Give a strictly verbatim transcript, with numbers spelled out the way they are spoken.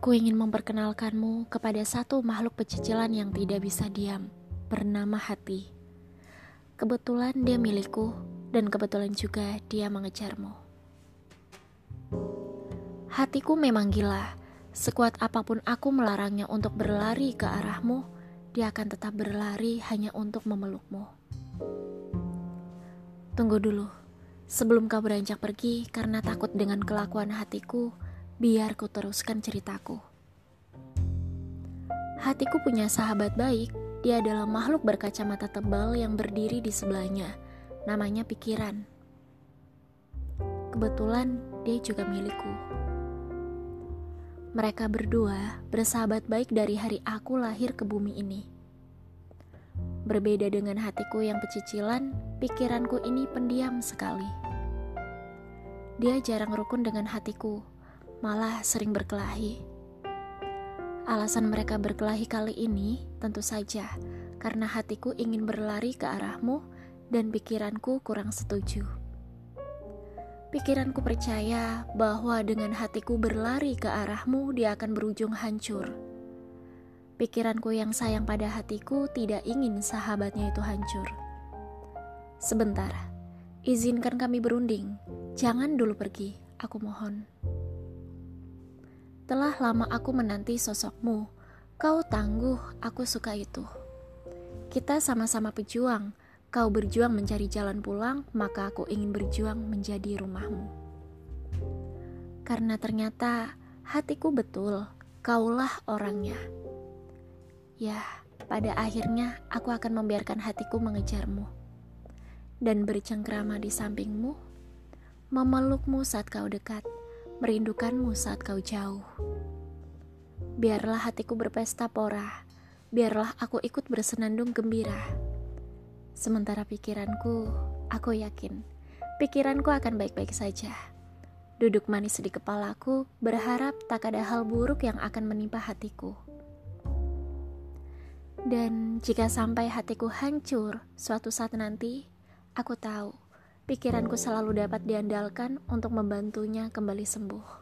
Aku ingin memperkenalkanmu kepada satu makhluk pecicilan yang tidak bisa diam, bernama hati. Kebetulan dia milikku, dan kebetulan juga dia mengejarmu. Hatiku memang gila. Sekuat apapun aku melarangnya untuk berlari ke arahmu, dia akan tetap berlari hanya untuk memelukmu. Tunggu dulu, sebelum kau beranjak pergi karena takut dengan kelakuan hatiku, biar ku teruskan ceritaku. Hatiku punya sahabat baik. Dia adalah makhluk berkacamata tebal yang berdiri di sebelahnya. Namanya pikiran. Kebetulan dia juga milikku. Mereka berdua bersahabat baik dari hari aku lahir ke bumi ini. Berbeda dengan hatiku yang pecicilan, pikiranku ini pendiam sekali. Dia jarang rukun dengan hatiku, malah sering berkelahi. Alasan mereka berkelahi kali ini tentu saja karena hatiku ingin berlari ke arahmu dan pikiranku kurang setuju. Pikiranku percaya bahwa dengan hatiku berlari ke arahmu dia akan berujung hancur. Pikiranku yang sayang pada hatiku tidak ingin sahabatnya itu hancur. Sebentar, izinkan kami berunding. Jangan dulu pergi, aku mohon. Telah lama aku menanti sosokmu. Kau tangguh, aku suka itu. Kita sama-sama pejuang. Kau berjuang mencari jalan pulang, maka aku ingin berjuang menjadi rumahmu. Karena ternyata hatiku betul, kaulah orangnya. Ya, pada akhirnya aku akan membiarkan hatiku mengejarmu dan bercengkrama di sampingmu, memelukmu saat kau dekat, merindukanmu saat kau jauh. Biarlah hatiku berpesta pora, biarlah aku ikut bersenandung gembira. Sementara pikiranku, aku yakin, pikiranku akan baik-baik saja. Duduk manis di kepalaku, berharap tak ada hal buruk yang akan menimpa hatiku. Dan jika sampai hatiku hancur suatu saat nanti, aku tahu pikiranku selalu dapat diandalkan untuk membantunya kembali sembuh.